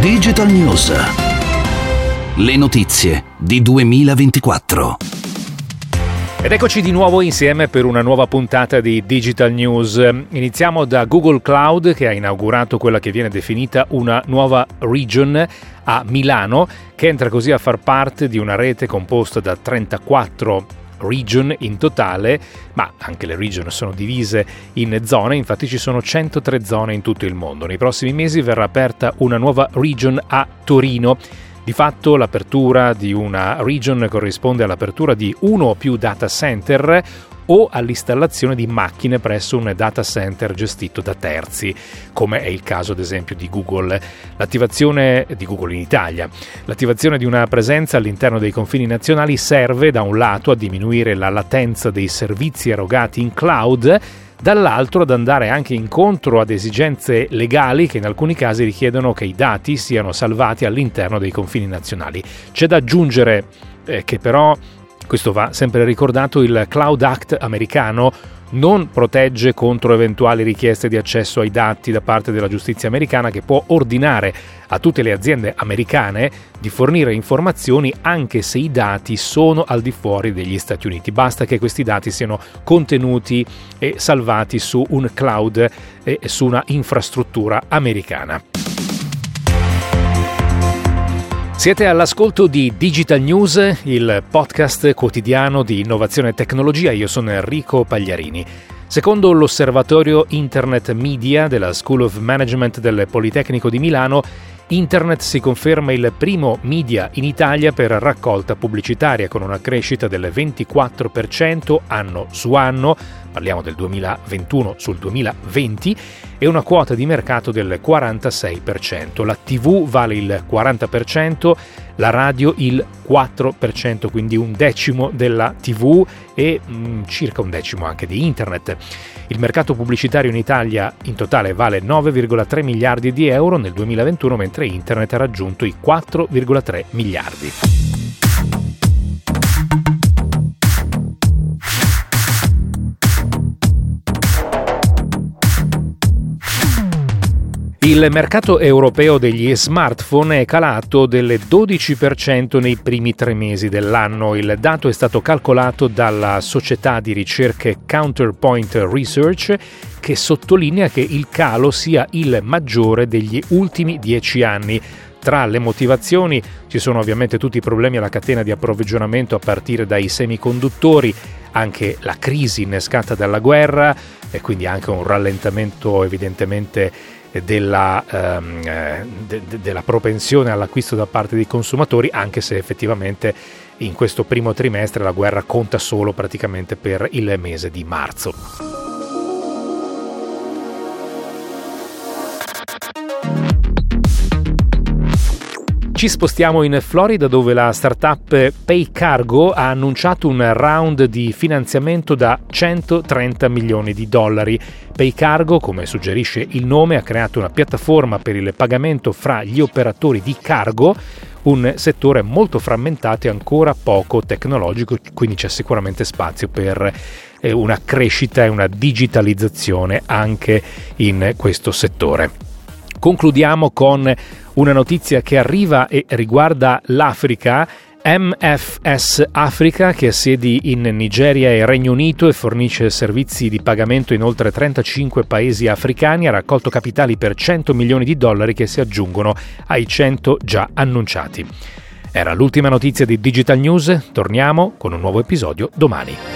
Digital News. Le notizie di 2024. Ed eccoci di nuovo insieme per una nuova puntata di Digital News. Iniziamo da Google Cloud, che ha inaugurato quella che viene definita una nuova region a Milano, che entra così a far parte di una rete composta da 34 region in totale, ma anche le region sono divise in zone, infatti ci sono 103 zone in tutto il mondo. Nei prossimi mesi verrà aperta una nuova region a Torino. Di fatto l'apertura di una region corrisponde all'apertura di uno o più data center o all'installazione di macchine presso un data center gestito da terzi, come è il caso ad esempio di Google. L'attivazione di Google in Italia. L'attivazione di una presenza all'interno dei confini nazionali serve da un lato a diminuire la latenza dei servizi erogati in cloud, dall'altro ad andare anche incontro ad esigenze legali che in alcuni casi richiedono che i dati siano salvati all'interno dei confini nazionali. C'è da aggiungere che però, questo va sempre ricordato, il Cloud Act americano non protegge contro eventuali richieste di accesso ai dati da parte della giustizia americana, che può ordinare a tutte le aziende americane di fornire informazioni anche se i dati sono al di fuori degli Stati Uniti. Basta che questi dati siano contenuti e salvati su un cloud e su una infrastruttura americana. Siete all'ascolto di Digital News, il podcast quotidiano di innovazione e tecnologia. Io sono Enrico Pagliarini. Secondo l'Osservatorio Internet Media della School of Management del Politecnico di Milano, Internet si conferma il primo media in Italia per raccolta pubblicitaria, con una crescita del 24% anno su anno, parliamo del 2021 sul 2020, e una quota di mercato del 46%. La TV vale il 40%, la radio il 4%, quindi un decimo della TV e circa un decimo anche di internet. Il mercato pubblicitario in Italia in totale vale 9,3 miliardi di euro nel 2021, mentre internet ha raggiunto i 4,3 miliardi. Il mercato europeo degli smartphone è calato del 12% nei primi 3 mesi dell'anno. Il dato è stato calcolato dalla società di ricerche Counterpoint Research, che sottolinea che il calo sia il maggiore degli ultimi 10 anni. Tra le motivazioni ci sono ovviamente tutti i problemi alla catena di approvvigionamento a partire dai semiconduttori, anche la crisi innescata dalla guerra e quindi anche un rallentamento evidentemente della propensione all'acquisto da parte dei consumatori, anche se effettivamente in questo primo trimestre la guerra conta solo praticamente per il mese di marzo. Ci spostiamo in Florida, dove la startup PayCargo ha annunciato un round di finanziamento da $130 milioni. PayCargo, come suggerisce il nome, ha creato una piattaforma per il pagamento fra gli operatori di cargo, un settore molto frammentato e ancora poco tecnologico, quindi c'è sicuramente spazio per una crescita e una digitalizzazione anche in questo settore. Concludiamo con una notizia che arriva e riguarda l'Africa. MFS Africa, che ha sedi in Nigeria e Regno Unito e fornisce servizi di pagamento in oltre 35 paesi africani, ha raccolto capitali per $100 milioni che si aggiungono ai 100 già annunciati. Era l'ultima notizia di Digital News, torniamo con un nuovo episodio domani.